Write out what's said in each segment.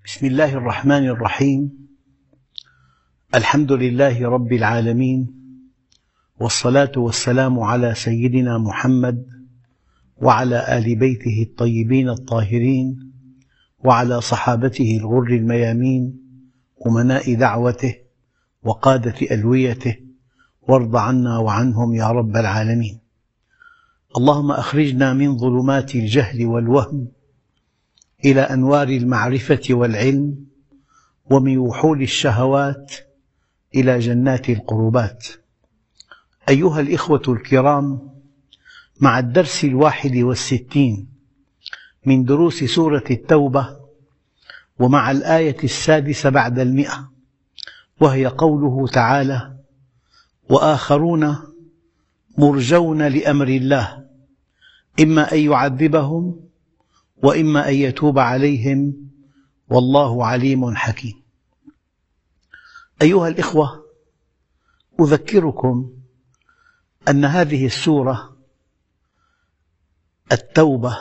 بسم الله الرحمن الرحيم. الحمد لله رب العالمين، والصلاة والسلام على سيدنا محمد وعلى آل بيته الطيبين الطاهرين وعلى صحابته الغر الميامين أمناء دعوته وقادة ألويته، وارض عنا وعنهم يا رب العالمين. اللهم أخرجنا من ظلمات الجهل والوهم إلى أنوار المعرفة والعلم، ومن وحول الشهوات إلى جنات القربات. أيها الإخوة الكرام، مع الدرس 61 من دروس سورة التوبة، ومع الآية 6 بعد 100، وهي قوله تعالى: وآخرون مرجون لأمر الله إما أن يعذبهم وإما أن يتوب عليهم والله عليم حكيم. أيها الإخوة، أذكركم أن هذه السورة التوبة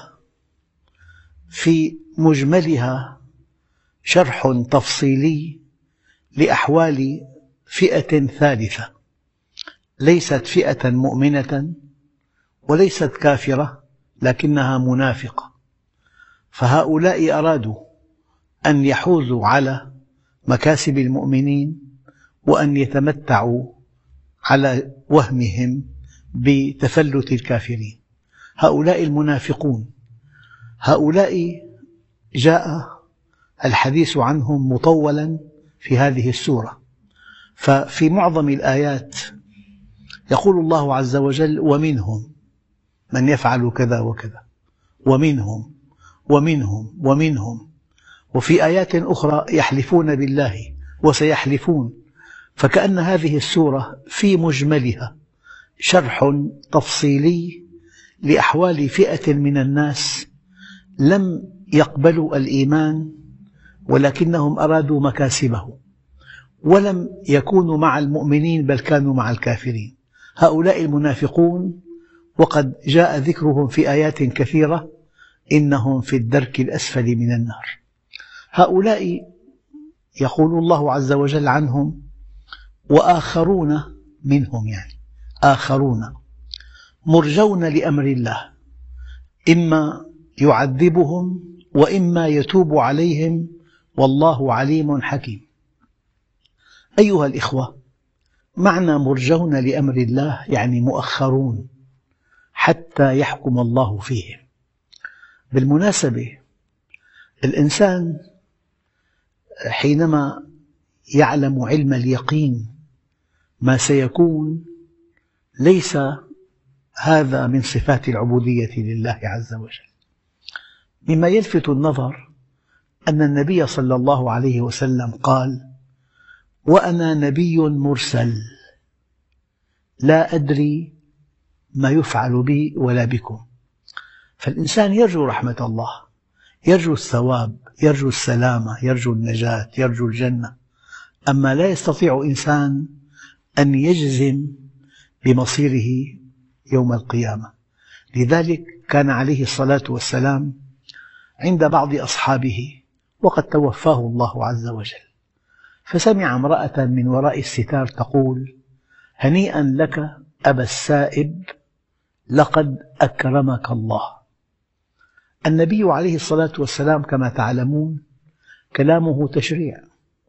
في مجملها شرح تفصيلي لأحوال فئة ثالثة، ليست فئة مؤمنة وليست كافرة، لكنها منافقة. فهؤلاء أرادوا أن يحوزوا على مكاسب المؤمنين وأن يتمتعوا على وهمهم بتفلت الكافرين. هؤلاء المنافقون، هؤلاء جاء الحديث عنهم مطولا في هذه السورة. ففي معظم الآيات يقول الله عز وجل: ومنهم من يفعل كذا وكذا، ومنهم ومنهم ومنهم. وفي آيات أخرى يحلفون بالله وسيحلفون. فكأن هذه السورة في مجملها شرح تفصيلي لأحوال فئة من الناس لم يقبلوا الإيمان، ولكنهم أرادوا مكاسبه، ولم يكونوا مع المؤمنين بل كانوا مع الكافرين. هؤلاء المنافقون، وقد جاء ذكرهم في آيات كثيرة، إنهم في الدرك الأسفل من النار. هؤلاء يقول الله عز وجل عنهم: وآخرون منهم، يعني آخرون مرجون لأمر الله إما يعذبهم وإما يتوب عليهم والله عليم حكيم. أيها الإخوة، معنى مرجون لأمر الله يعني مؤخرون حتى يحكم الله فيهم. بالمناسبة، الإنسان حينما يعلم علم اليقين ما سيكون، ليس هذا من صفات العبودية لله عز وجل. مما يلفت النظر أن النبي صلى الله عليه وسلم قال: وأنا نبي مرسل لا أدري ما يفعل بي ولا بكم. فالإنسان يرجو رحمة الله، يرجو الثواب، يرجو السلامة، يرجو النجاة، يرجو الجنة. أما لا يستطيع إنسان أن يجزم بمصيره يوم القيامة. لذلك كان عليه الصلاة والسلام عند بعض أصحابه وقد توفاه الله عز وجل، فسمع امرأة من وراء الستار تقول: هنيئا لك أبا السائب، لقد أكرمك الله. النبي عليه الصلاة والسلام كما تعلمون كلامه تشريع،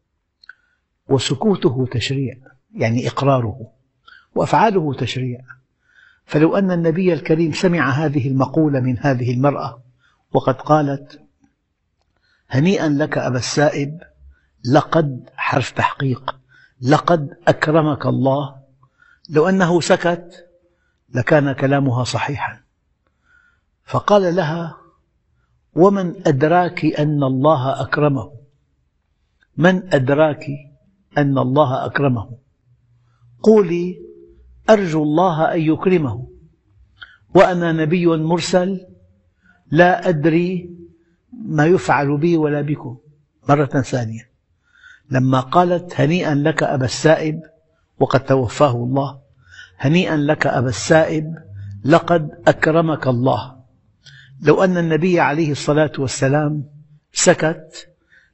وسكوته تشريع، يعني إقراره، وأفعاله تشريع. فلو أن النبي الكريم سمع هذه المقولة من هذه المرأة وقد قالت: هنيئا لك أبا السائب، لقد حرف تحقيق، لقد أكرمك الله، لو أنه سكت لكان كلامها صحيحا. فقال لها: ومن أدراك أن الله أكرمه؟ من أدراك أن الله أكرمه؟ قولي: أرجو الله أن يكرمه، وأنا نبي مرسل لا أدري ما يفعل بي ولا بكم. مرة ثانية، لما قالت: هنيئا لك أبا السائب، وقد توفاه الله، هنيئا لك أبا السائب، لقد أكرمك الله، لو أن النبي عليه الصلاة والسلام سكت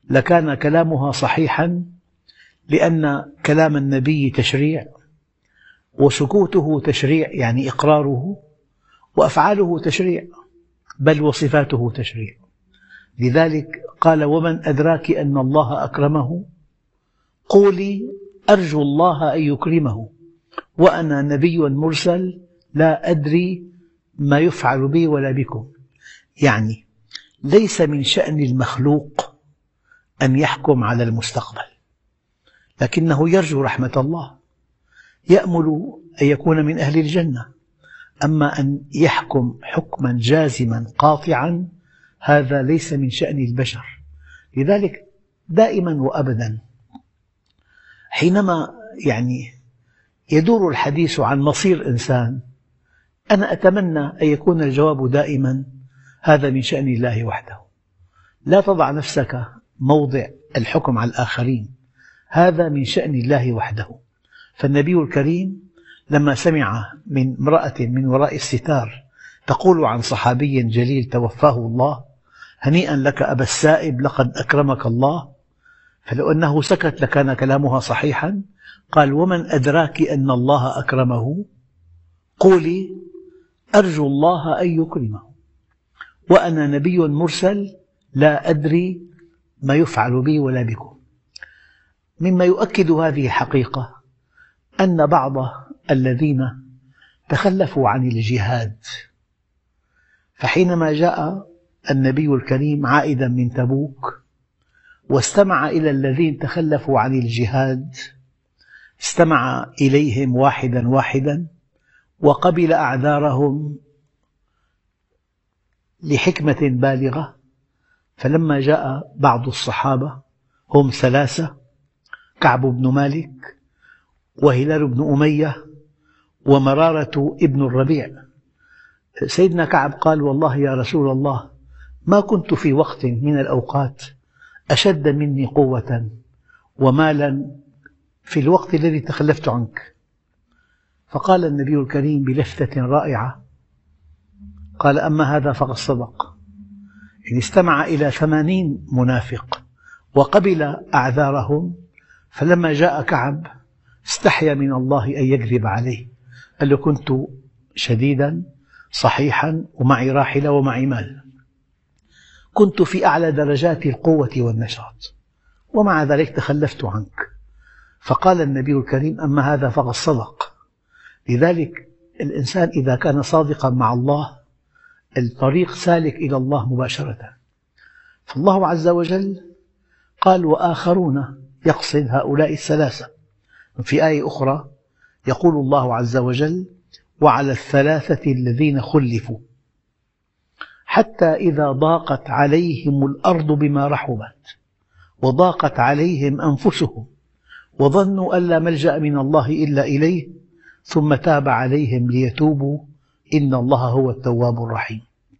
لكان كلامها صحيحا، لأن كلام النبي تشريع، وسكوته تشريع يعني إقراره، وأفعاله تشريع، بل وصفاته تشريع. لذلك قال: ومن أدراك أن الله أكرمه قولي أرجو الله أن يكرمه وأنا نبي مرسل لا أدري ما يفعل بي ولا بكم. يعني ليس من شأن المخلوق أن يحكم على المستقبل، لكنه يرجو رحمة الله، يأمل أن يكون من أهل الجنة. أما أن يحكم حكما جازما قاطعا هذا ليس من شأن البشر. لذلك دائما وأبدا حينما يدور الحديث عن مصير إنسان، أنا أتمنى أن يكون الجواب دائما: هذا من شأن الله وحده. لا تضع نفسك موضع الحكم على الآخرين، هذا من شأن الله وحده. فالنبي الكريم لما سمع من امرأة من وراء الستار تقول عن صحابي جليل توفاه الله: هنيئا لك أبا السائب لقد أكرمك الله، فلو أنه سكت لكان كلامها صحيحا. قال: ومن أدراك أن الله أكرمه قولي أرجو الله أن يكرمه وأنا نبي مرسل لا أدري ما يفعل بي ولا بكم. مما يؤكد هذه الحقيقة أن بعض الذين تخلفوا عن الجهاد، فحينما جاء النبي الكريم عائدا من تبوك واستمع إلى الذين تخلفوا عن الجهاد، استمع إليهم واحدا واحدا وقبل أعذارهم لحكمة بالغة. فلما جاء بعض الصحابة هم 3: كعب بن مالك وهلال بن أمية ومرارة ابن الربيع، سيدنا كعب قال: والله يا رسول الله ما كنت في وقت من الأوقات أشد مني قوة ومالا في الوقت الذي تخلفت عنك. فقال النبي الكريم بلفتة رائعة، قال: أما هذا فقد صدق. استمع إلى 80 منافق وقبل أعذارهم، فلما جاء كعب استحيا من الله أن يكذب عليه، قال له: كنت شديدا صحيحا ومعي راحلة ومعي مال، كنت في أعلى درجات القوة والنشاط، ومع ذلك تخلفت عنك. فقال النبي الكريم: أما هذا فقد صدق. لذلك الإنسان إذا كان صادقا مع الله الطريق سالك إلى الله مباشرة. فالله عز وجل قال: وآخرون، يقصد هؤلاء 3. في آية أخرى يقول الله عز وجل: وعلى 3 الذين خلفوا حتى إذا ضاقت عليهم الأرض بما رحبت وضاقت عليهم أنفسهم وظنوا أن لا ملجأ من الله إلا إليه ثم تاب عليهم ليتوبوا إن الله هو التواب الرحيم.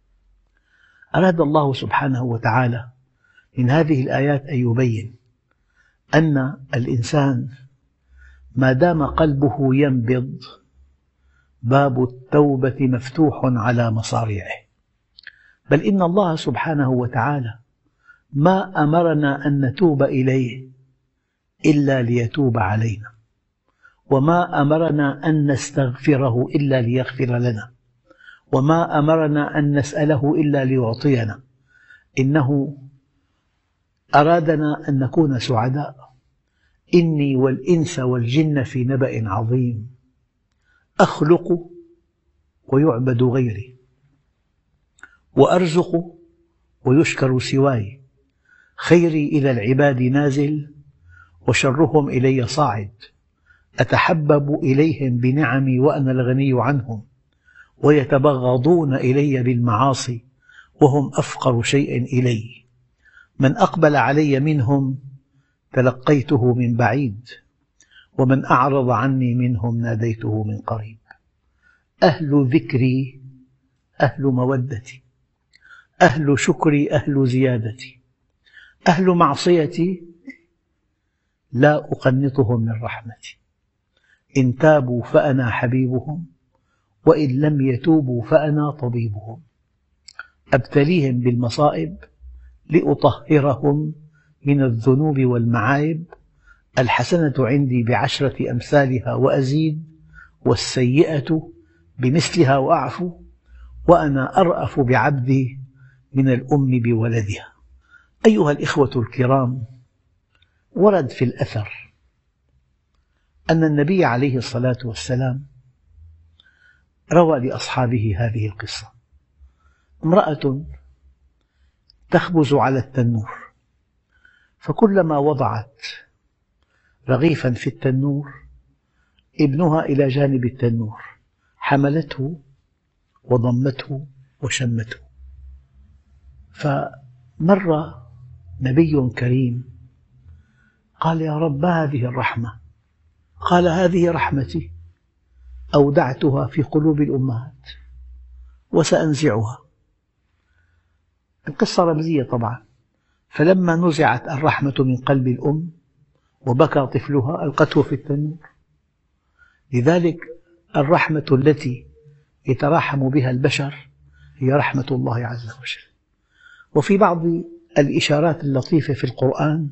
أراد الله سبحانه وتعالى من هذه الآيات أن يبين أن الإنسان ما دام قلبه ينبض باب التوبة مفتوح على مصارعه. بل إن الله سبحانه وتعالى ما أمرنا أن نتوب إليه إلا ليتوب علينا، وما أمرنا أن نستغفره إلا ليغفر لنا، وما أمرنا أن نسأله إلا ليعطينا. إنه أرادنا أن نكون سعداء. إني والإنس والجن في نبأ عظيم أخلق ويعبد غيري وأرزق ويشكر سواي، خيري إلى العباد نازل وشرهم إلي صاعد، أتحبب إليهم بنعمي وأنا الغني عنهم ويتبغضون إلي بالمعاصي وهم أفقر شيء إلي، من أقبل علي منهم تلقيته من بعيد ومن أعرض عني منهم ناديته من قريب. أهل ذكري أهل مودتي، أهل شكري أهل زيادتي، أهل معصيتي لا أقنطهم من رحمتي، إن تابوا فأنا حبيبهم وإن لم يتوبوا فأنا طبيبهم، أبتليهم بالمصائب لأطهرهم من الذنوب والمعايب الحسنة عندي ب10 أمثالها وأزيد، والسيئة بمثلها وأعفو، وأنا أرأف بعبدي من الأم بولدها. أيها الإخوة الكرام، ورد في الأثر أن النبي عليه الصلاة والسلام روى لأصحابه هذه القصة: امرأة تخبز على التنور، فكلما وضعت رغيفا في التنور ابنها إلى جانب التنور حملته وضمته وشمته. فمر نبي كريم قال: يا رب، ما هذه الرحمة؟ قال: هذه رحمتي أودعتها في قلوب الأمهات وسأنزعها. القصة رمزية طبعا. فلما نزعت الرحمة من قلب الأم وبكى طفلها ألقته في التنور. لذلك الرحمة التي يتراحم بها البشر هي رحمة الله عز وجل. وفي بعض الإشارات اللطيفة في القرآن: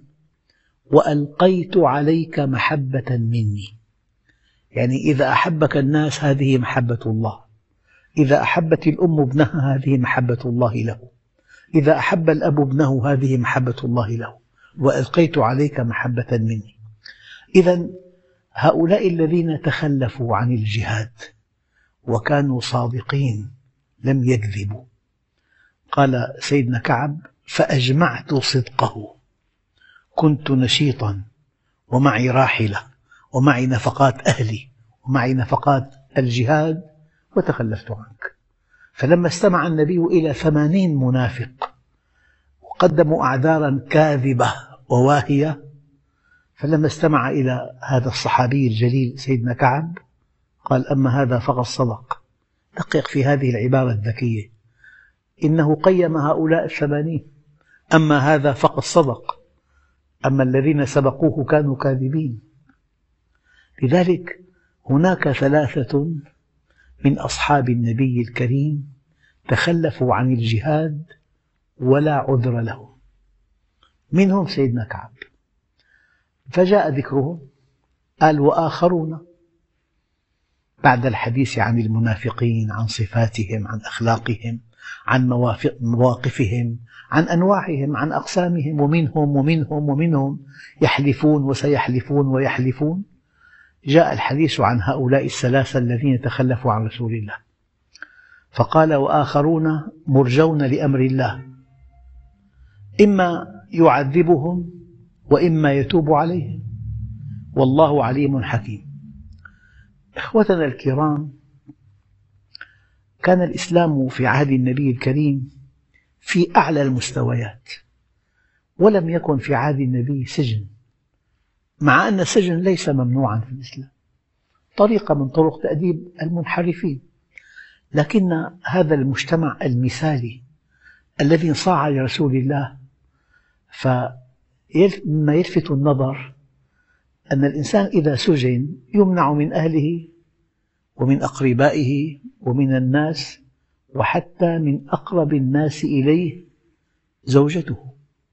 وألقيت عليك محبة مني، يعني إذا أحبك الناس هذه محبة الله، إذا أحبت الأم ابنها هذه محبة الله له، إذا أحب الأب ابنه هذه محبة الله له. وألقيت عليك محبة مني. إذا هؤلاء الذين تخلفوا عن الجهاد وكانوا صادقين لم يكذبوا. قال سيدنا كعب: فأجمعت صدقه، كنت نشيطا ومعي راحلة ومعي نفقات أهلي ومعي نفقات الجهاد وتخلفت عنك. فلما استمع النبي إلى 80 منافق وقدموا أعذارا كاذبة وواهية، فلما استمع إلى هذا الصحابي الجليل سيدنا كعب قال: أما هذا فقد صدق. دقق في هذه العبارة الذكية، إنه قيم هؤلاء 80: أما هذا فقد صدق، أما الذين سبقوه كانوا كاذبين. لذلك هناك 3 من أصحاب النبي الكريم تخلفوا عن الجهاد ولا عذر لهم، منهم سيدنا كعب. فجاء ذكرهم، قال: وآخرون، بعد الحديث عن المنافقين، عن صفاتهم، عن أخلاقهم، عن مواقفهم، عن أنواعهم، عن أقسامهم، ومنهم يحلفون وسيحلفون ويحلفون، جاء الحديث عن هؤلاء 3 الذين تخلفوا عن رسول الله. فقال: وآخرون مرجون لأمر الله، إما يعذبهم وإما يتوب عليهم، والله عليم حكيم. إخوتنا الكرام، كان الإسلام في عهد النبي الكريم في أعلى المستويات، ولم يكن في عهد النبي سجن، مع أن السجن ليس ممنوعا في الإسلام، طريقة من طرق تأديب المنحرفين. لكن هذا المجتمع المثالي الذي انصاع لرسول الله، فمما يلفت النظر أن الإنسان إذا سجن يمنع من أهله ومن أقربائه ومن الناس، وحتى من أقرب الناس إليه زوجته.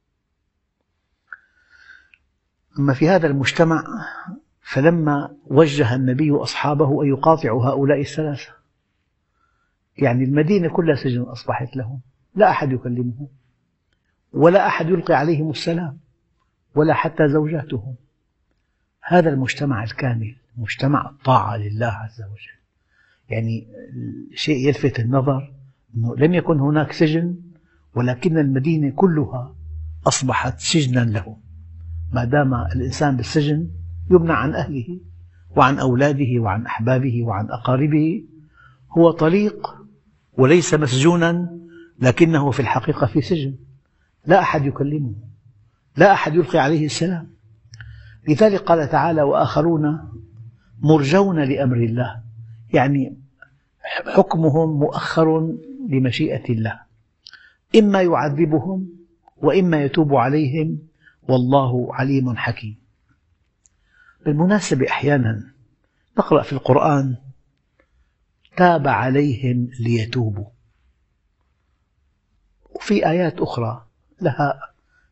أما في هذا المجتمع، فلما وجه النبي أصحابه أن يقاطعوا هؤلاء 3، يعني المدينة كلها سجن أصبحت لهم، لا أحد يكلمهم ولا أحد يلقي عليهم السلام ولا حتى زوجاتهم. هذا المجتمع الكامل، مجتمع الطاعة لله عز وجل. يعني شيء يلفت النظر أنه لم يكن هناك سجن، ولكن المدينة كلها أصبحت سجنا له. ما دام الإنسان بالسجن يمنع عن أهله وعن أولاده وعن أحبابه وعن أقاربه، هو طليق وليس مسجونا، لكنه في الحقيقة في سجن، لا أحد يكلمه، لا أحد يلقي عليه السلام. لذلك قال تعالى: وآخرون مرجون لأمر الله، يعني حكمهم مؤخر لمشيئة الله، إما يعذبهم وإما يتوب عليهم، والله عليم حكيم. بالمناسبة أحيانا نقرأ في القرآن: تاب عليهم ليتوبوا، وفي آيات أخرى لها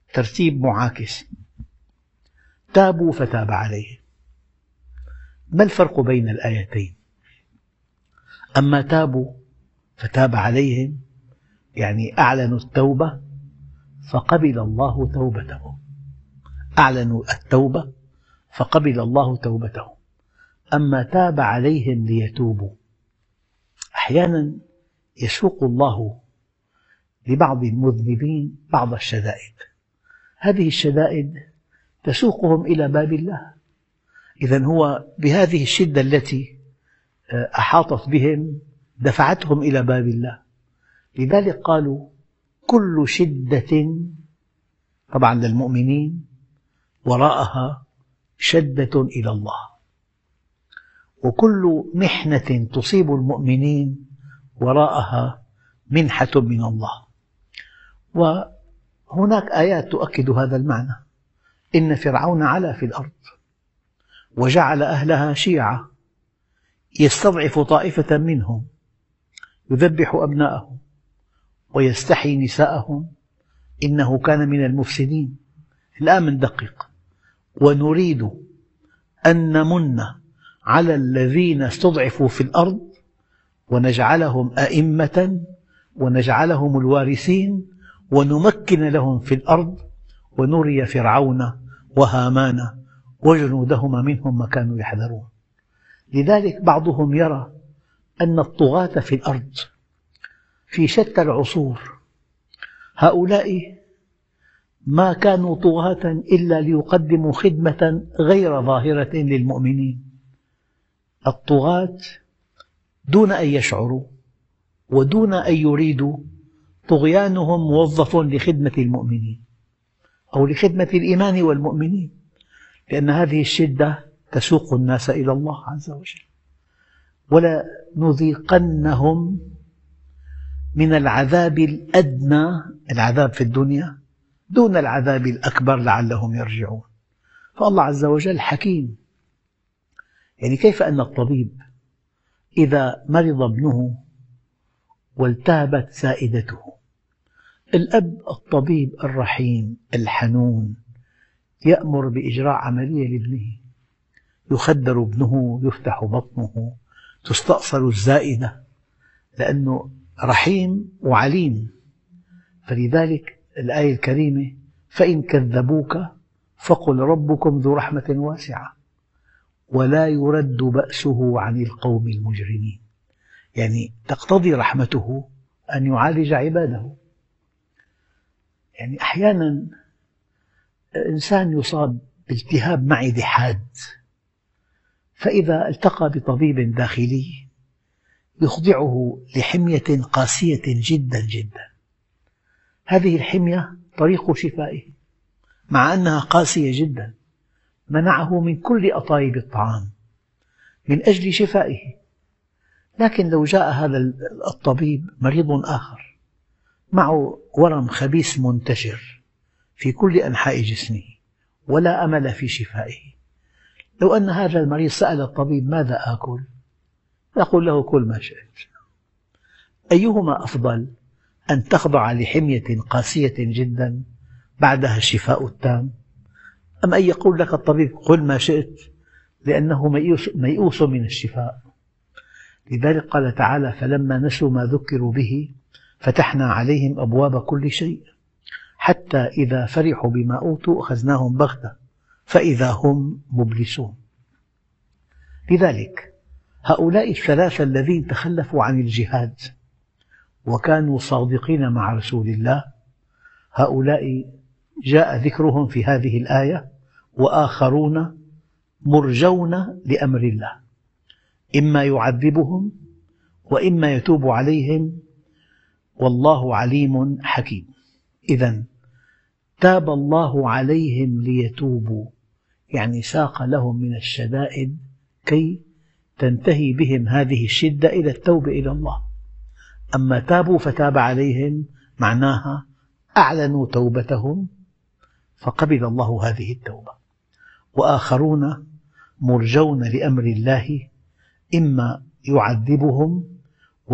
ترتيب معاكس. تابوا فتاب عليهم. ما الفرق بين الآيتين؟ أما تابوا فتاب عليهم يعني أعلنوا التوبة فقبل الله توبتهم، أعلنوا التوبة فقبل الله توبتهم. أما تاب عليهم ليتوبوا، أحيانا يسوق الله لبعض المذنبين بعض الشدائد، هذه الشدائد تسوقهم إلى باب الله. إذن هو بهذه الشدة التي أحاطت بهم دفعتهم إلى باب الله. لذلك قالوا كل شدة، طبعا للمؤمنين، وراءها شدة إلى الله، وكل محنة تصيب المؤمنين وراءها منحة من الله. وهناك آيات تؤكد هذا المعنى. إن فرعون علا في الأرض وجعل أهلها شيعا يستضعف طائفة منهم يذبح أبناءهم ويستحيي نساءهم إنه كان من المفسدين. الآن ندقق: ونريد أن نمن على الذين استضعفوا في الأرض ونجعلهم أئمة ونجعلهم الوارثين ونمكن لهم في الأرض ونري فرعون وهامان وجنودهما منهم ما كانوا يحذرون. لذلك بعضهم يرى أن الطغاة في الأرض في شتى العصور هؤلاء ما كانوا طغاة إلا ليقدموا خدمة غير ظاهرة للمؤمنين. الطغاة دون أن يشعروا ودون أن يريدوا طغيانهم موظف لخدمة المؤمنين أو لخدمة الإيمان والمؤمنين، لأن هذه الشدة تسوق الناس إلى الله عز وجل. ولنذيقنهم من العذاب الأدنى، العذاب في الدنيا، دون العذاب الأكبر لعلهم يرجعون. فالله عز وجل حكيم. يعني كيف أن الطبيب إذا مرض ابنه والتهبت سائدته، الأب الطبيب الرحيم الحنون يأمر بإجراء عملية لابنه، يخدر ابنه، يفتح بطنه، تستأصل الزائدة، لأنه رحيم وعليم. فلذلك الآية الكريمة: فإن كذبوك فقل ربكم ذو رحمة واسعة ولا يرد بأسه عن القوم المجرمين. يعني تقتضي رحمته أن يعالج عباده. يعني أحيانا إنسان يصاب بالتهاب معدة حاد، فإذا التقى بطبيب داخلي يخضعه لحمية قاسية جدا جدا، هذه الحمية طريق شفائه، مع أنها قاسية جدا، منعه من كل أطايب الطعام من أجل شفائه. لكن لو جاء هذا الطبيب مريض آخر معه ورم خبيث منتشر في كل أنحاء جسمه ولا أمل في شفائه، لو أن هذا المريض سأل الطبيب ماذا آكل؟ يقول له: كل ما شئت. أيهما أفضل، أن تخضع لحمية قاسية جدا بعدها الشفاء التام، أم أن يقول لك الطبيب كل ما شئت لأنه ميؤوس من الشفاء؟ لذلك قال تعالى: فلما نسوا ما ذكروا به فتحنا عليهم أبواب كل شيء حتى إذا فرحوا بما أوتوا أخذناهم بغتة فإذا هم مبلسون. لذلك هؤلاء الثلاثة الذين تخلفوا عن الجهاد وكانوا صادقين مع رسول الله، هؤلاء جاء ذكرهم في هذه الآية: وآخرون مرجون لأمر الله إما يعذبهم وإما يتوب عليهم والله عليم حكيم. إذن تاب الله عليهم ليتوبوا، يعني ساق لهم من الشدائد كي تنتهي بهم هذه الشدة إلى التوبة إلى الله. أما تابوا فتاب عليهم معناها أعلنوا توبتهم فقبل الله هذه التوبة. وآخرون مرجون لأمر الله إما يعذبهم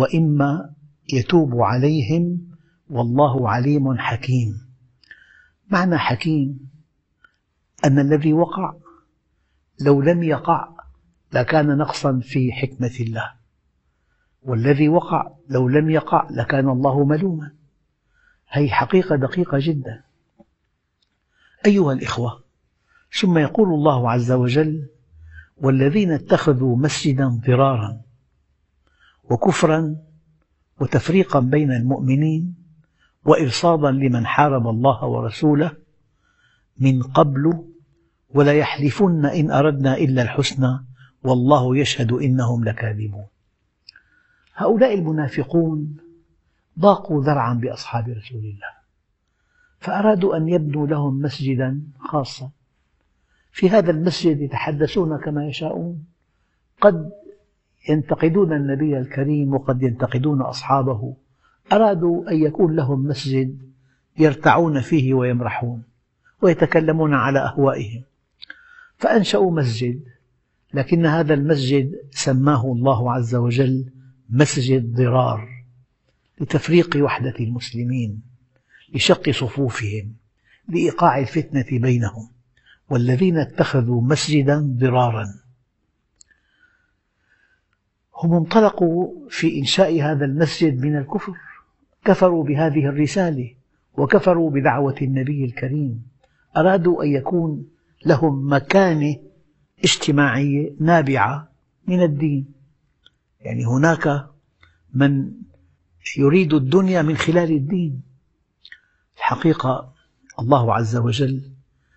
وإما يتوب عليهم والله عليم حكيم. معنى حكيم أن الذي وقع لو لم يقع لكان نقصا في حكمة الله، والذي وقع لو لم يقع لكان الله ملوما. هذه حقيقة دقيقة جدا أيها الإخوة. ثم يقول الله عز وجل: والذين اتخذوا مسجدا ضرارا وكفرا وتفريقا بين المؤمنين وإرصادا لمن حارب الله ورسوله من قبل وليحلفن إن أردنا إلا الحسنى والله يشهد إنهم لكاذبون. هؤلاء المنافقون ضاقوا ذرعا بأصحاب رسول الله، فأرادوا أن يبنوا لهم مسجدا خاصا. في هذا المسجد يتحدثون كما يشاءون، قد ينتقدون النبي الكريم وقد ينتقدون أصحابه. أرادوا أن يكون لهم مسجد يرتعون فيه ويمرحون ويتكلمون على أهوائهم، فأنشأوا مسجد، لكن هذا المسجد سماه الله عز وجل مسجد ضرار، لتفريق وحدة المسلمين، لشق صفوفهم، لإيقاع الفتنة بينهم. والذين اتخذوا مسجدا ضرارا، هم انطلقوا في إنشاء هذا المسجد من الكفر، كفروا بهذه الرسالة وكفروا بدعوة النبي الكريم. أرادوا أن يكون لهم مكانة اجتماعية نابعة من الدين، يعني هناك من يريد الدنيا من خلال الدين. الحقيقة الله عز وجل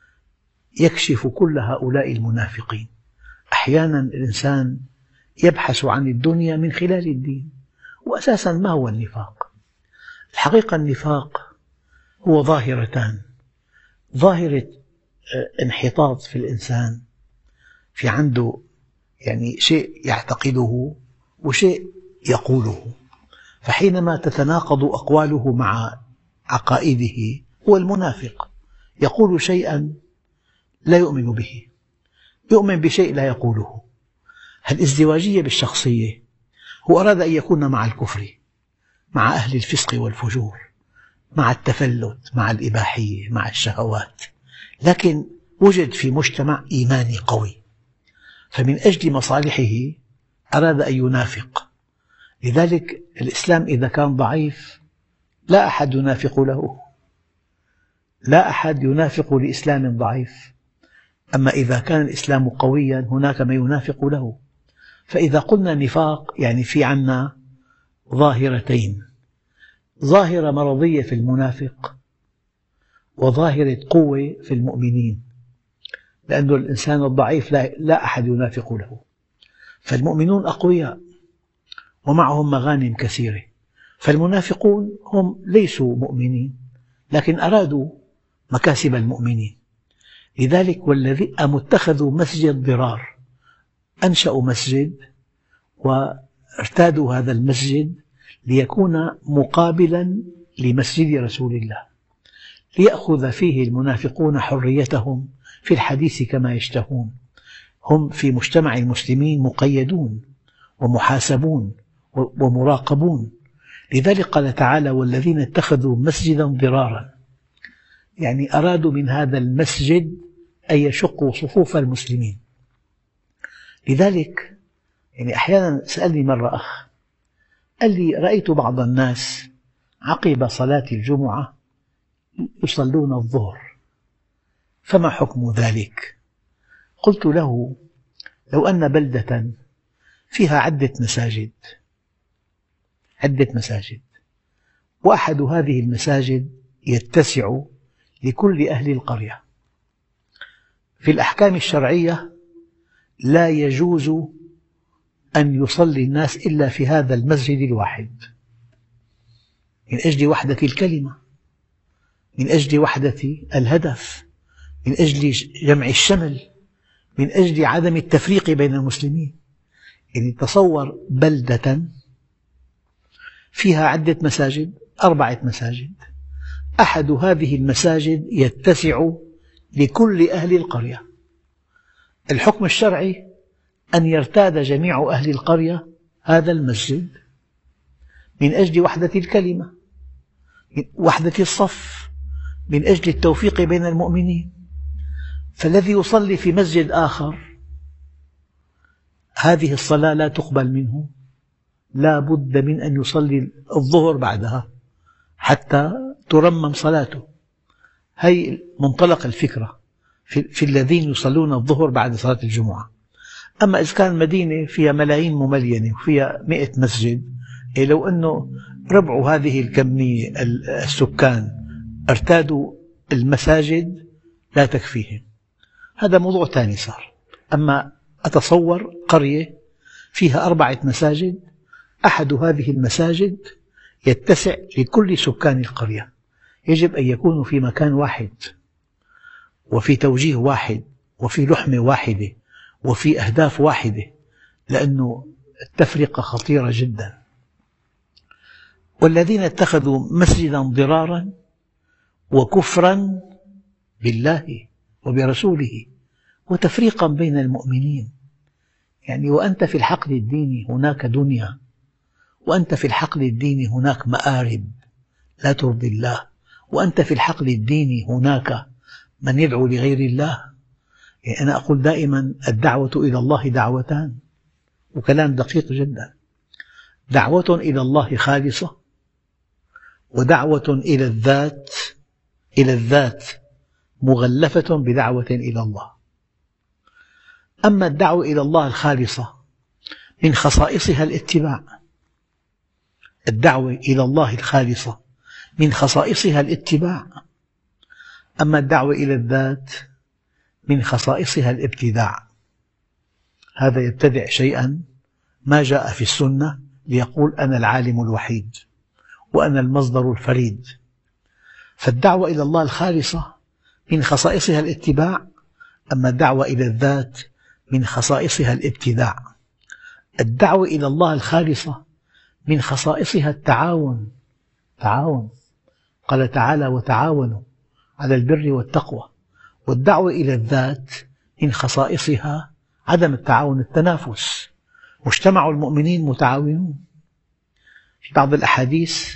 يكشف كل هؤلاء المنافقين. أحيانا الإنسان يبحث عن الدنيا من خلال الدين. وأساسا ما هو النفاق؟ الحقيقة النفاق هو ظاهرتان: ظاهرة انحطاط في الإنسان، في عنده يعني شيء يعتقده وشيء يقوله، فحينما تتناقض أقواله مع عقائده هو المنافق. يقول شيئا لا يؤمن به، يؤمن بشيء لا يقوله. الازدواجية بالشخصية، هو أراد أن يكون مع الكفر، مع أهل الفسق والفجور، مع التفلت، مع الإباحية، مع الشهوات، لكن وجد في مجتمع إيماني قوي، فمن أجل مصالحه أراد أن ينافق. لذلك الإسلام إذا كان ضعيف لا أحد ينافق له، لا أحد ينافق لإسلام ضعيف. أما إذا كان الإسلام قويا هناك من ينافق له. فإذا قلنا نفاق يعني في عنا ظاهرتين: ظاهرة مرضية في المنافق، وظاهرة قوة في المؤمنين، لأن الإنسان الضعيف لا أحد ينافق له. فالمؤمنون أقوياء ومعهم مغانم كثيرة، فالمنافقون هم ليسوا مؤمنين لكن أرادوا مكاسب المؤمنين. لذلك والذين اتخذوا مسجد ضرار، أنشأوا مسجد وارتادوا هذا المسجد ليكون مقابلا لمسجد رسول الله، ليأخذ فيه المنافقون حريتهم في الحديث كما يشتهون. هم في مجتمع المسلمين مقيدون ومحاسبون ومراقبون. لذلك قال تعالى: والذين اتخذوا مسجدا ضرارا، يعني أرادوا من هذا المسجد أن يشقوا صفوف المسلمين. لذلك يعني أحيانا سألني مرة أخ، قال لي: رأيت بعض الناس عقب صلاة الجمعة يصلون الظهر، فما حكم ذلك؟ قلت له: لو أن بلدة فيها عدة مساجد، وأحد هذه المساجد يتسع لكل أهل القرية، في الأحكام الشرعية لا يجوز أن يصلي الناس إلا في هذا المسجد الواحد، من أجل وحدة الكلمة، من أجل وحدة الهدف، من أجل جمع الشمل، من أجل عدم التفريق بين المسلمين. يعني تصور بلدة فيها عدة مساجد، 4 مساجد، أحد هذه المساجد يتسع لكل أهل القرية. الحكم الشرعي أن يرتاد جميع أهل القرية هذا المسجد من أجل وحدة الكلمة، وحدة الصف، من أجل التوفيق بين المؤمنين. فالذي يصلي في مسجد آخر هذه الصلاة لا تقبل منه، لا بد من أن يصلي الظهر بعدها حتى ترمم صلاته. هي منطلق الفكرة في الذين يصلون الظهر بعد صلاة الجمعة. أما إذا كان مدينة فيها ملايين مملينة وفيها 100 مسجد، لو أنه ربع هذه الكمية السكان ارتادوا المساجد لا تكفيهم، هذا موضوع ثاني صار. أما أتصور قرية فيها 4 مساجد، أحد هذه المساجد يتسع لكل سكان القرية، يجب أن يكونوا في مكان واحد وفي توجيه واحد وفي لحمة واحدة وفي أهداف واحدة، لأن التفرقة خطيرة جدا. والذين اتخذوا مسجدا ضرارا وكفرا بالله وبرسوله وتفريقا بين المؤمنين، يعني وأنت في الحقل الديني هناك دنيا، وأنت في الحقل الديني هناك مآرب لا ترضي الله، وأنت في الحقل الديني هناك من يدعو لغير الله. يعني أنا أقول دائما الدعوة إلى الله دعوتان، وكلام دقيق جدا: دعوة إلى الله خالصة، ودعوة إلى الذات مغلفة بدعوة إلى الله. أما الدعوة إلى الله الخالصة من خصائصها الاتباع، الدعوة إلى الله الخالصة من خصائصها الاتباع. أما الدعوة إلى الذات من خصائصها الابتداع. هذا يبتدع شيئا ما جاء في السنة ليقول أنا العالم الوحيد وأنا المصدر الفريد. فالدعوة إلى الله الخالصة من خصائصها الاتباع، أما الدعوة إلى الذات من خصائصها الابتداع. الدعوة إلى الله الخالصة من خصائصها التعاون، قال تعالى: وتعاونوا على البر والتقوى. والدعوة إلى الذات من خصائصها عدم التعاون، التنافس. مجتمع المؤمنين متعاونون. في بعض الأحاديث: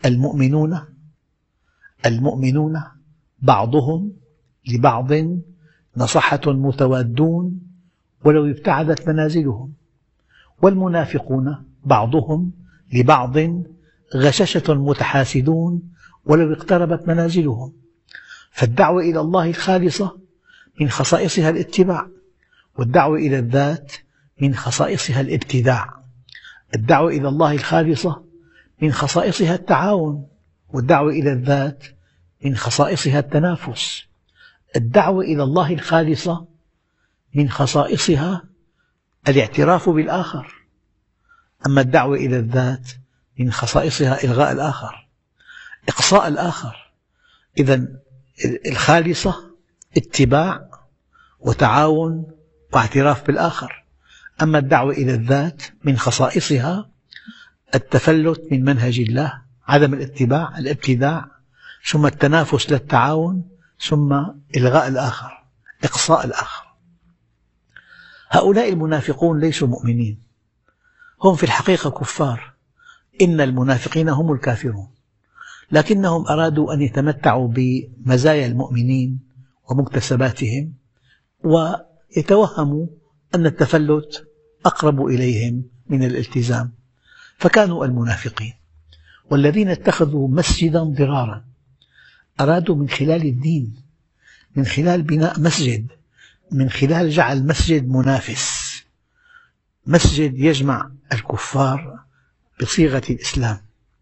المؤمنون بعضهم لبعض نصحة متوادون ولو ابتعدت منازلهم، والمنافقون بعضهم لبعض غششة متحاسدون ولو اقتربت منازلهم. فالدعوة إلى الله الخالصة من خصائصها الاتباع، والدعوة إلى الذات من خصائصها الابتداع. الدعوة إلى الله الخالصة من خصائصها التعاون، والدعوة إلى الذات من خصائصها التنافس. الدعوة إلى الله الخالصة من خصائصها الاعتراف بالآخر، أما الدعوة إلى الذات من خصائصها إلغاء الآخر، إقصاء الآخر. إذن الخالصة اتباع وتعاون واعتراف بالآخر، أما الدعوة إلى الذات من خصائصها التفلت من منهج الله، عدم الاتباع، الابتداع، ثم التنافس للتعاون، ثم إلغاء الآخر، إقصاء الآخر. هؤلاء المنافقون ليسوا مؤمنين، هم في الحقيقة كفار. إن المنافقين هم الكافرون، لكنهم أرادوا أن يتمتعوا بمزايا المؤمنين ومكتسباتهم، ويتوهموا أن التفلت أقرب إليهم من الالتزام، فكانوا المنافقين. والذين اتخذوا مسجدا ضرارا أرادوا من خلال الدين، من خلال بناء مسجد، من خلال جعل مسجد منافس، مسجد يجمع الكفار بصيغة الإسلام،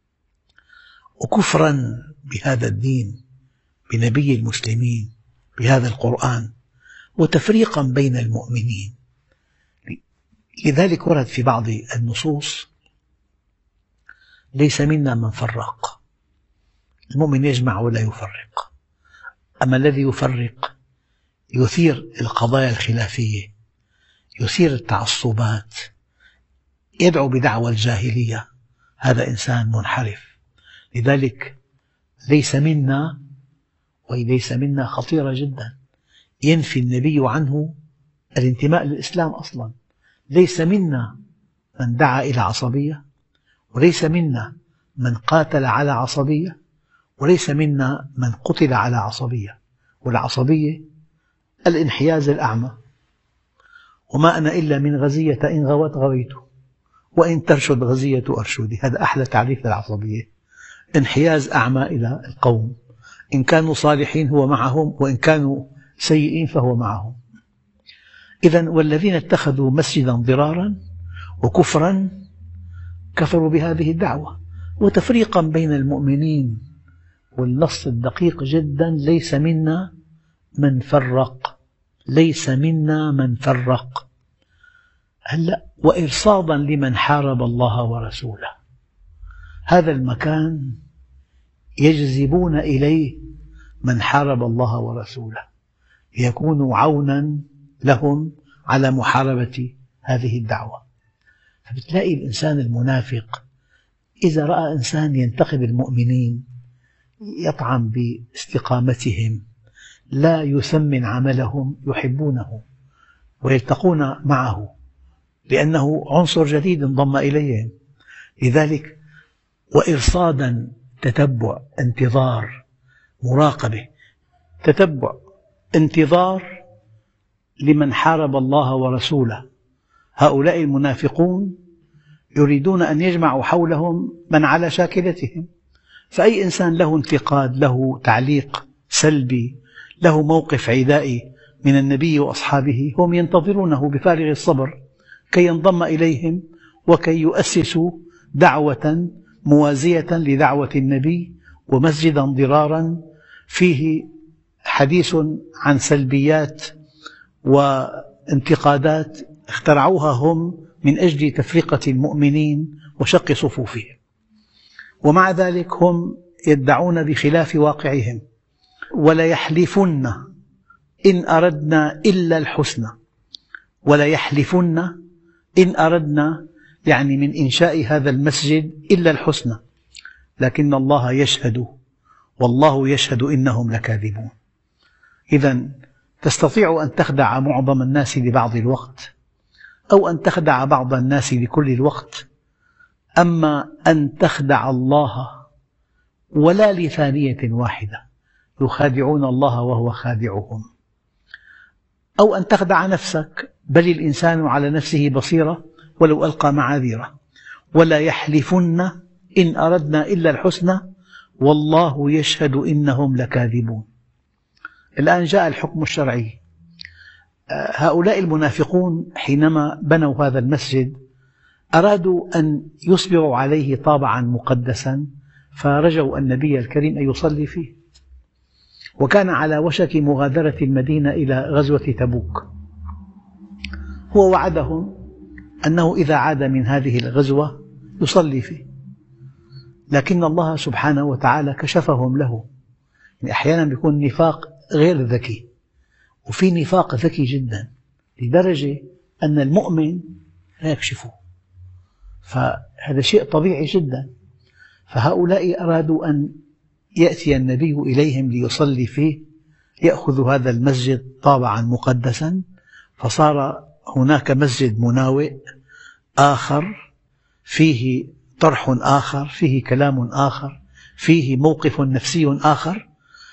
وكفرا بهذا الدين، بنبي المسلمين، بهذا القرآن، وتفريقا بين المؤمنين. لذلك ورد في بعض النصوص: ليس منا من فرق. المؤمن يجمع ولا يفرق، أما الذي يفرق يثير القضايا الخلافية، يثير التعصبات، يدعو بدعوى الجاهلية، هذا إنسان منحرف. لذلك ليس منا، وليس منا خطيرة جدا، ينفي النبي عنه الانتماء للإسلام أصلا. ليس منا من دعا إلى عصبية، وليس منا من قاتل على عصبية، وليس منا من قتل على عصبية، والعصبية الانحياز الأعمى. وما أنا إلا من غزية إن غوت غويت وإن ترشد غزية أرشدي. هذا أحلى تعريف للعصبية، انحياز أعمى إلى القوم، إن كانوا صالحين هو معهم وإن كانوا سيئين فهو معهم. إذن والذين اتخذوا مسجدا ضرارا وكفرا كفروا بهذه الدعوة وتفريقا بين المؤمنين. والنص الدقيق جدا: ليس منا من فرق، ليس منا من فرق. هلأ وإرصادا لمن حارب الله ورسوله، هذا المكان يجذبون إليه من حارب الله ورسوله ليكونوا عونا لهم على محاربة هذه الدعوة. فبتلاقي الإنسان المنافق إذا رأى إنسان ينتقد المؤمنين يطعن باستقامتهم، لا يثمن عملهم، يحبونه ويلتقون معه لأنه عنصر جديد انضم إليهم. لذلك وإرصادا، تتبع، انتظار، مراقبة، تتبع، انتظار لمن حارب الله ورسوله. هؤلاء المنافقون يريدون أن يجمعوا حولهم من على شاكلتهم، فأي إنسان له انتقاد، له تعليق سلبي، له موقف عدائي من النبي وأصحابه، هم ينتظرونه بفارغ الصبر كي ينضم إليهم وكي يؤسسوا دعوة موازية لدعوة النبي، ومسجدا ضرارا فيه حديث عن سلبيات وانتقادات اخترعوها هم من أجل تفرقة المؤمنين وشق صفوفهم. ومع ذلك هم يدعون بخلاف واقعهم: وليحلفن إن أردنا إلا الحسنى. وليحلفن إن أردنا يعني من إنشاء هذا المسجد إلا الحسنى، لكن الله يشهد والله يشهد إنهم لكاذبون. إذن تستطيع أن تخدع معظم الناس لبعض الوقت، أو أن تخدع بعض الناس لكل الوقت، أما أن تخدع الله ولا لثانية واحدة، يخادعون الله وهو خادعهم. أو أن تخدع نفسك، بل الإنسان على نفسه بصيرة ولو ألقى معاذيره. ولا يحلفن إن أردنا إلا الحسنى والله يشهد إنهم لكاذبون. الآن جاء الحكم الشرعي. هؤلاء المنافقون حينما بنوا هذا المسجد أرادوا أن يصبغوا عليه طابعا مقدسا، فرجوا النبي الكريم أن يصلي فيه، وكان على وشك مغادرة المدينة إلى غزوة تبوك. هو وعدهم أنه إذا عاد من هذه الغزوة يصلي فيه، لكن الله سبحانه وتعالى كشفهم له. يعني أحيانا يكون نفاق غير ذكي، وفي نفاق ذكي جدا لدرجة أن المؤمن لا يكشفه، فهذا شيء طبيعي جدا. فهؤلاء أرادوا أن يأتي النبي إليهم ليصلي فيه، يأخذ هذا المسجد طابعا مقدسا، فصار هناك مسجد مناوئ آخر فيه طرح آخر، فيه كلام آخر، فيه موقف نفسي آخر.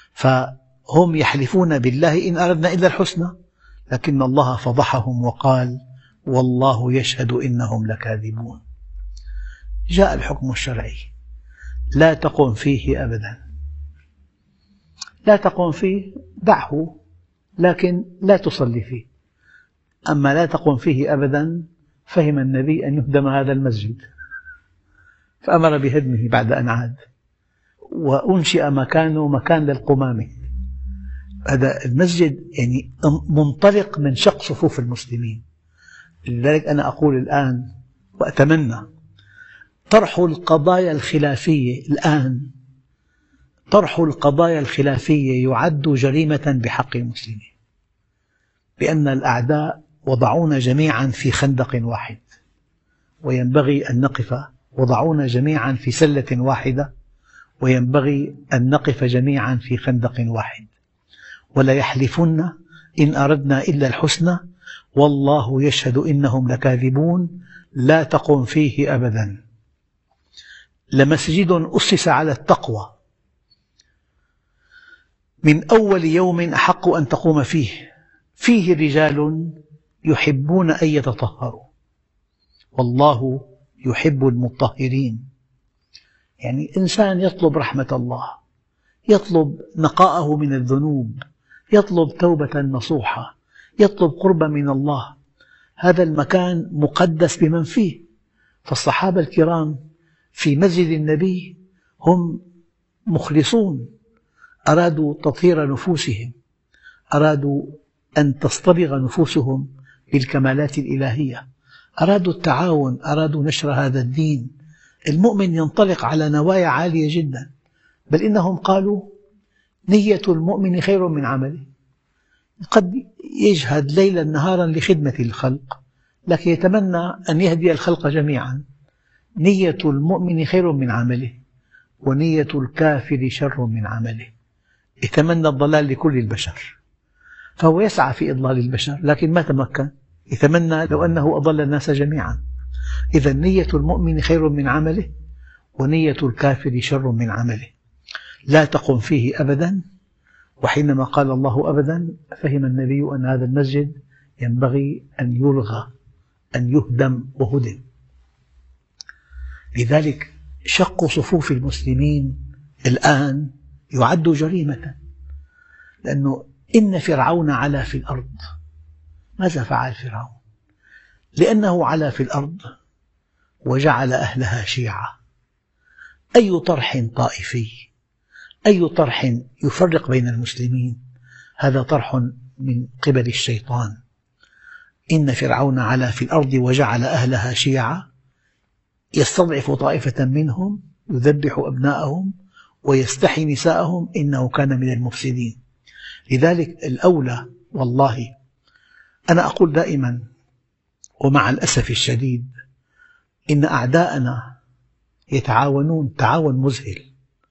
فهم يحلفون بالله إن أردنا إلا الحسنى، لكن الله فضحهم وقال والله يشهد إنهم لكاذبون. جاء الحكم الشرعي: لا تقم فيه أبدا. لا تقم فيه، دعه، لكن لا تصلي فيه. أما لا تقم فيه أبدا، فهم النبي أن يهدم هذا المسجد، فأمر بهدمه بعد أن عاد، وأنشئ مكانه مكان للقمامة. هذا المسجد يعني منطلق من شق صفوف المسلمين. لذلك أنا أقول الآن وأتمنى طرح القضايا الخلافية الآن، طرح القضايا الخلافية يعد جريمة بحق المسلمين، لأن الأعداء وضعونا جميعا في خندق واحد، وينبغي أن نقف، وضعونا جميعا في سلة واحدة، وينبغي أن نقف جميعا في خندق واحد. ولا يحلفن إن أردنا إلا الحسنى والله يشهد إنهم لكاذبون. لا تقم فيه أبدا. لمسجد أسس على التقوى من أول يوم أحق أن تقوم فيه رجال يحبون أن يتطهروا والله يحب المطهرين. يعني إنسان يطلب رحمة الله، يطلب نقاءه من الذنوب، يطلب توبة نصوحة، يطلب قربا من الله، هذا المكان مقدس بمن فيه. فالصحابة الكرام في مسجد النبي هم مخلصون، أرادوا تطهير نفوسهم، أرادوا أن تصطبغ نفوسهم بالكمالات الإلهية، أرادوا التعاون، أرادوا نشر هذا الدين. المؤمن ينطلق على نوايا عالية جدا، بل إنهم قالوا نية المؤمن خير من عمله. قد يجهد ليلا نهارا لخدمة الخلق، لكن يتمنى أن يهدي الخلق جميعا. نية المؤمن خير من عمله، ونية الكافر شر من عمله. يتمنى الضلال لكل البشر، فهو يسعى في إضلال البشر لكن ما تمكن، يتمنى لو أنه أضل الناس جميعا. إذا نية المؤمن خير من عمله، ونية الكافر شر من عمله. لا تقم فيه أبدا. وحينما قال الله أبدا فهم النبي أن هذا المسجد ينبغي أن يلغى، أن يهدم وهدم. لذلك شق صفوف المسلمين الآن يعد جريمة، لأنه إن فرعون علا في الأرض. ماذا فعل فرعون؟ لأنه علا في الأرض وجعل أهلها شيعا. أي طرح طائفي، أي طرح يفرق بين المسلمين، هذا طرح من قبل الشيطان. إن فرعون علا في الأرض وجعل أهلها شيعا يستضعف طائفة منهم يذبح أبناءهم ويستحيي نساءهم إنه كان من المفسدين. لذلك الأولى، والله أنا أقول دائما ومع الأسف الشديد، إن أعداءنا يتعاونون تعاون مذهل،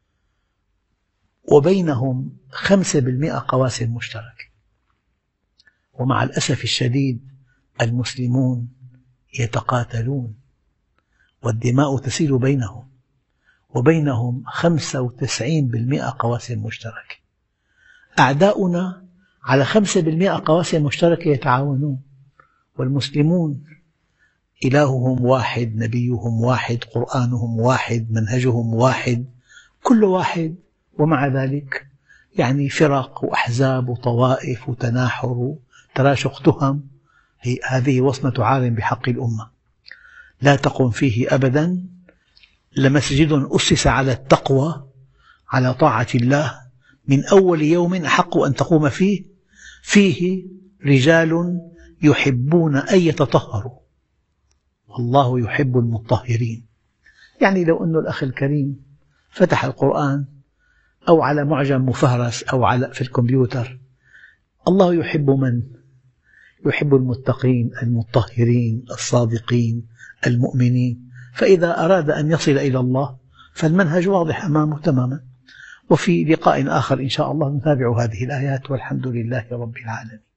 وبينهم 5% قواسم مشتركة، ومع الأسف الشديد المسلمون يتقاتلون والدماء تسيل بينهم، وبينهم 95% قواسم مشتركة. أعداؤنا على 5% قواسم مشتركة يتعاونون، والمسلمون إلههم واحد، نبيهم واحد، قرآنهم واحد، منهجهم واحد، كل واحد، ومع ذلك يعني فرق وأحزاب وطوائف وتناحر وتراشق تهم. هذه وصمة عار بحق الأمة. لا تقم فيه أبدا. لمسجد أسس على التقوى، على طاعة الله، من أول يوم أحق أن تقوم فيه رجال يحبون أن يتطهروا والله يحب المطهرين. يعني لو أن الأخ الكريم فتح القرآن أو على معجم مفهرس أو في الكمبيوتر، الله يحب من؟ يحب المتقين المطهرين الصادقين المؤمنين. فإذا أراد أن يصل إلى الله فالمنهج واضح أمامه تماما. وفي لقاء آخر إن شاء الله نتابع هذه الآيات، والحمد لله رب العالمين.